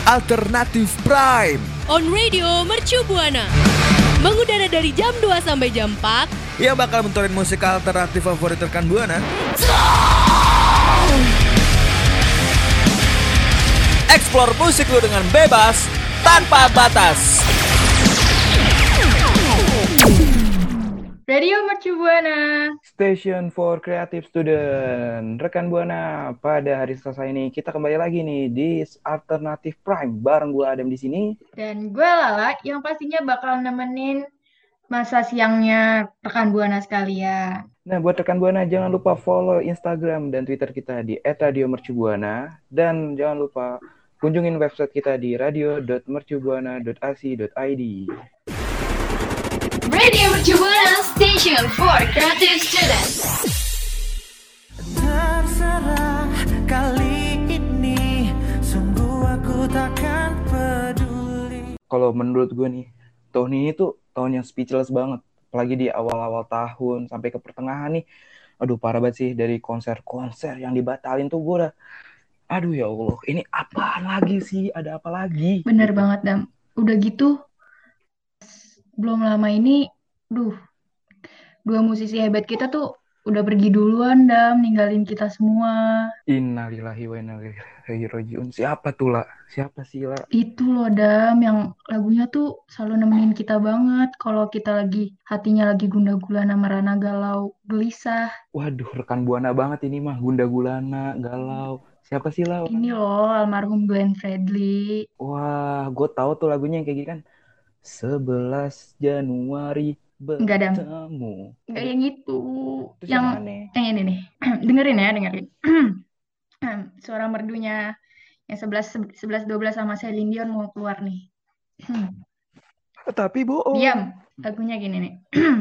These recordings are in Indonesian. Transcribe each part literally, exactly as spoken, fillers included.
Alternatif Prime on Radio Mercu Buana. Mengudara dari jam dua sampai jam empat. Yang bakal mentorin musik alternatif favorit rekan Buana. Explore musik lu dengan bebas tanpa batas. Radio Mercu Buana, Station for Creative Student. Rekan Buana, pada hari Selasa ini kita kembali lagi nih di Alternatif Prime bareng gue Adam di sini dan gue Lala yang pastinya bakal nemenin masa siangnya rekan Buana sekalian. Nah, buat rekan Buana jangan lupa follow Instagram dan Twitter kita di et radio mercubuana dan jangan lupa kunjungin website kita di radio dot mercubuana dot a c dot i d. Radio Mercu Buana, Station for Creative Students. Terserah kali ini, sungguh aku takkan peduli. Kalau menurut gue nih, tahun ini tuh tahun yang speechless banget. Apalagi di awal-awal tahun sampai ke pertengahan nih. Aduh parah banget sih, dari konser-konser yang dibatalin tuh gue udah, aduh ya Allah, ini apaan lagi sih? Ada apa lagi? Bener banget, Dam. Udah gitu, belum lama ini, duh, dua musisi hebat kita tuh udah pergi duluan, Dam, ninggalin kita semua. Innalillahi wa inna ilaihi rajiun. Siapa tuh, La? Siapa sih, La? Itu loh, Dam, yang lagunya tuh selalu nemenin kita banget kalau kita lagi, hatinya lagi gundah gulana, merana, galau, gelisah. Waduh, rekan Buana banget ini mah, gundah gulana, galau. Siapa sih, La? Ini loh, almarhum Glenn Fredly. Wah, gue tahu tuh lagunya yang kayak gini kan. sebelas Januari Enggak, Dam. bertemu. Enggak yang itu. Terus Yang yang mana? yang ini nih. Dengerin ya, dengerin. Suara merdunya yang sebelas sebelas dua belas sama Celine Dion mau keluar nih. Tapi bohong. Diam. Lagunya gini nih.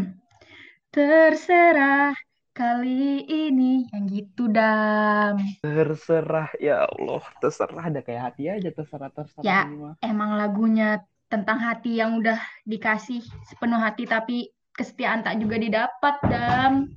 Terserah kali ini yang gitu, Dam. Terserah, ya Allah, terserah, ada kayak hati aja, terserah, terserah. Ya, ini mah. emang lagunya tentang hati yang udah dikasih sepenuh hati tapi kesetiaan tak juga didapat, Dam.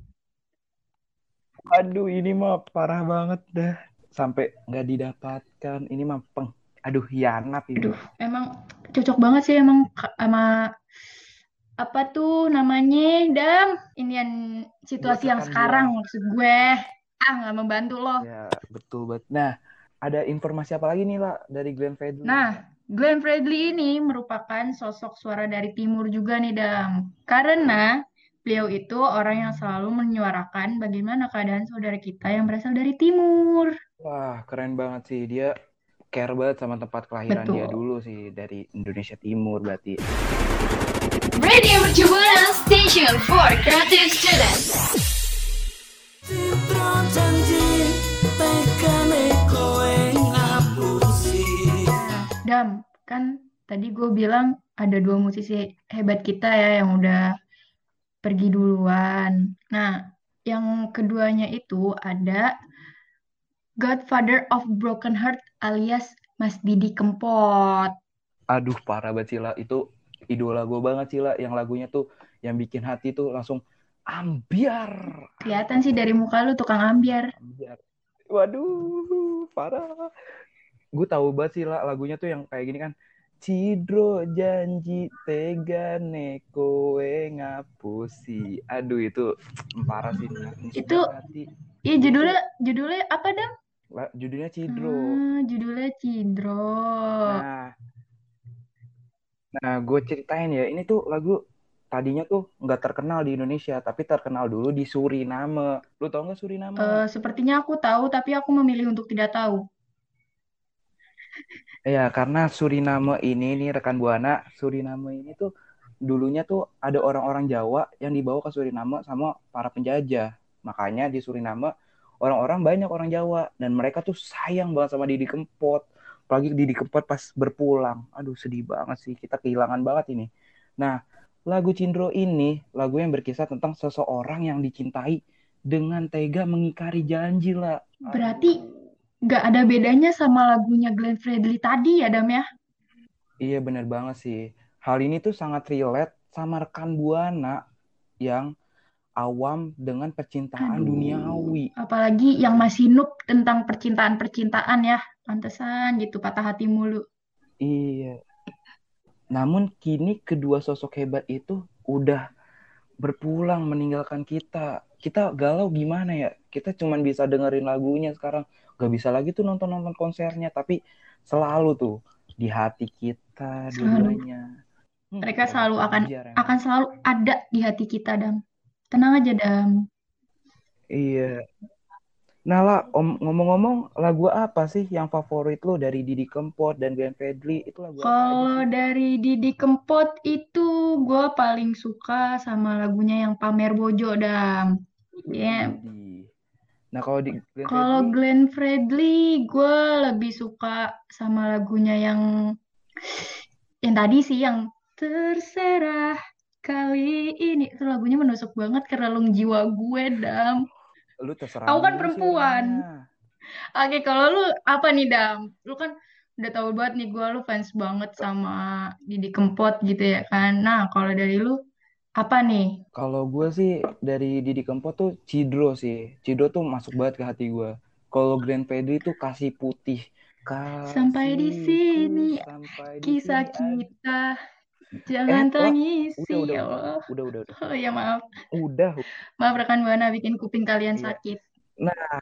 Aduh, ini mah parah banget dah. Sampai nggak didapatkan. Ini mah peng. Aduh, hianat itu. Aduh, emang cocok banget sih emang ka- sama apa tuh namanya, Dam? Inian situasi Buat yang rekan sekarang Buana. maksud gue. Ah, nggak membantu loh. Ya, betul banget. Nah, ada informasi apa lagi nih, La, dari Glenn Fredly? Nah, Glenn Fredly ini merupakan sosok suara dari timur juga nih, Dam. Karena beliau itu orang yang selalu menyuarakan bagaimana keadaan saudara kita yang berasal dari timur. Wah, keren banget sih. Dia care banget sama tempat kelahiran Betul. dia dulu sih. Dari Indonesia Timur berarti. Radio Mercu Buana, Station for Creative Students. Citra janji tekane kowe ngapusi. Dam, kan tadi gue bilang ada dua musisi hebat kita ya yang udah pergi duluan. Nah, yang keduanya itu ada Godfather of Broken Heart alias Mas Didi Kempot. Aduh, parah banget sih, La. Itu idola gue banget sih, La. Yang lagunya tuh, yang bikin hati tuh langsung ambiar. Kelihatan sih dari muka lu tukang ambiar. Ambiar. Waduh, parah. Gue tahu banget sih, La, lagunya tuh yang kayak gini kan. Cidro janji tegane kowe ngapusi. Aduh, itu parah sih. Itu hati. Iya, judulnya judulnya apa, Dam? La, judulnya Cidro. Ah, judulnya Cidro. Nah, nah gue ceritain ya. Ini tuh lagu tadinya tuh nggak terkenal di Indonesia, tapi terkenal dulu di Suriname. Lu tau nggak Suriname? Eh, sepertinya aku tahu, tapi aku memilih untuk tidak tahu. Ya, karena Suriname ini nih rekan Buana, Suriname ini tuh dulunya tuh ada orang-orang Jawa yang dibawa ke Suriname sama para penjajah. Makanya di Suriname orang-orang banyak orang Jawa dan mereka tuh sayang banget sama Didi Kempot. Apalagi Didi Kempot pas berpulang. Aduh, sedih banget sih, kita kehilangan banget ini. Nah, lagu Cindro ini lagu yang berkisah tentang seseorang yang dicintai dengan tega mengingkari janji, lah. Berarti nggak ada bedanya sama lagunya Glenn Fredly tadi ya, Dam ya? Iya, bener banget sih. Hal ini tuh sangat relate sama rekan Buana yang awam dengan percintaan Aduh, duniawi. apalagi yang masih noob tentang percintaan-percintaan ya. Pantesan gitu patah hati mulu. Iya. Namun kini kedua sosok hebat itu udah berpulang meninggalkan kita. Kita galau gimana ya? Kita cuman bisa dengerin lagunya sekarang. Gak bisa lagi tuh nonton-nonton konsernya. Tapi selalu tuh di hati kita Selalu. dua-duanya. Hmm, Mereka hebat selalu akan aja, Ren. akan selalu ada di hati kita, Dam. Tenang aja, Dam. Iya. Nah lah, om, ngomong-ngomong, lagu apa sih yang favorit lo dari Didi Kempot dan Glenn Fredly? Itu lagu apa aja Kalau sih? dari Didi Kempot itu gue paling suka sama lagunya yang Pamer Bojo, Dam. Ya, Widih. Nah kalau di Glenn kalau Fredly, Glenn Fredly, gue lebih suka sama lagunya yang yang tadi sih, yang terserah kali ini. Itu lagunya menusuk banget ke relung jiwa gue, Dam. lu terserah Aku kan mulu sih perempuan. orangnya. Oke, kalau lu apa nih, Dam? Lu kan udah tahu banget nih, gue lu fans banget sama Didi Kempot gitu ya kan. Nah, kalau dari lu apa nih? Kalau gue sih dari Didi Kempot tuh Cidro sih. Cidro tuh masuk banget ke hati gue. Kalau Glenn Fredly tuh Kasih Putih. Sampai di Kasihku sini sampai di kisah sini aja. kita, Eh jangan lah, udah tangisi udah ya udah Allah. udah udah udah Oh ya maaf, udah. maaf rekan Buana bikin kuping kalian Iya. sakit. Nah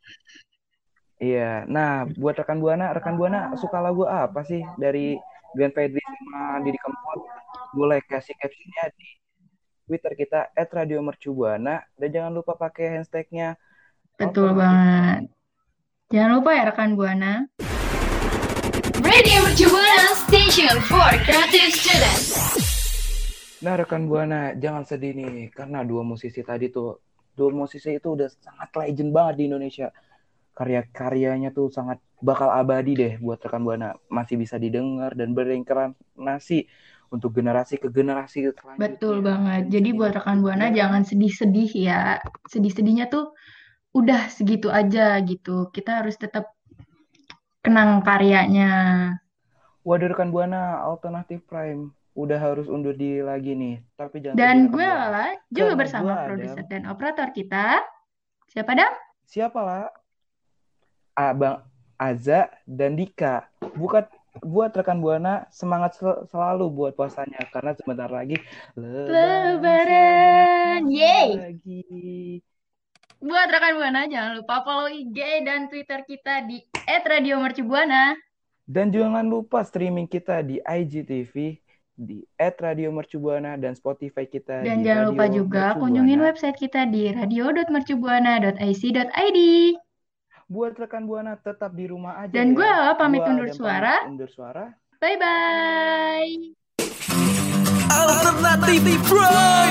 iya. Nah buat rekan Buana, rekan Buana suka lagu apa sih dari Glenn Fredly sama Didi Kempot? Boleh kasih captionnya di Twitter kita et radio mercubuana dan jangan lupa pakai hashtagnya Betul alternatif. banget. Jangan lupa ya rekan Buana. Radio Mercu Buana Station for Creative Students. Nah rekan Buana jangan sedih nih karena dua musisi tadi tuh dua musisi itu udah sangat legend banget di Indonesia. Karya-karyanya tuh sangat bakal abadi deh buat rekan Buana, masih bisa didengar dan bereinkarnasi untuk generasi ke generasi selanjutnya. Betul banget. Dan Jadi bisa buat dinikmati rekan Buana beneran. jangan sedih-sedih ya. Sedih-sedihnya tuh udah segitu aja gitu. Kita harus tetap kenang karyanya. Waduh rekan Buana, Alternatif Prime udah harus undur diri lagi nih. Tapi jangan sedih Dan rekan gue Buana. Lala juga Karena bersama gua Adam. produser dan operator kita. Siapa, Dam? Siapa lah? Abang Aza dan Dika. Buat buat rekan Buana semangat sel- selalu buat puasanya karena sebentar lagi Lebaran. Yeay. lagi. Buat rekan Buana jangan lupa follow I G dan Twitter kita di et radio mercubuana. Dan jangan lupa streaming kita di I G T V, di et radio mercubuana dan Spotify kita Dan di jangan lupa Radio juga Mercubuana. kunjungin website kita di radio dot mercubuana dot i c dot i d. Buat rekan Buana tetap di rumah aja Dan ya. gue Lala pamit Gua undur Adam suara. pamit undur suara. Bye-bye. Alternatif Prime.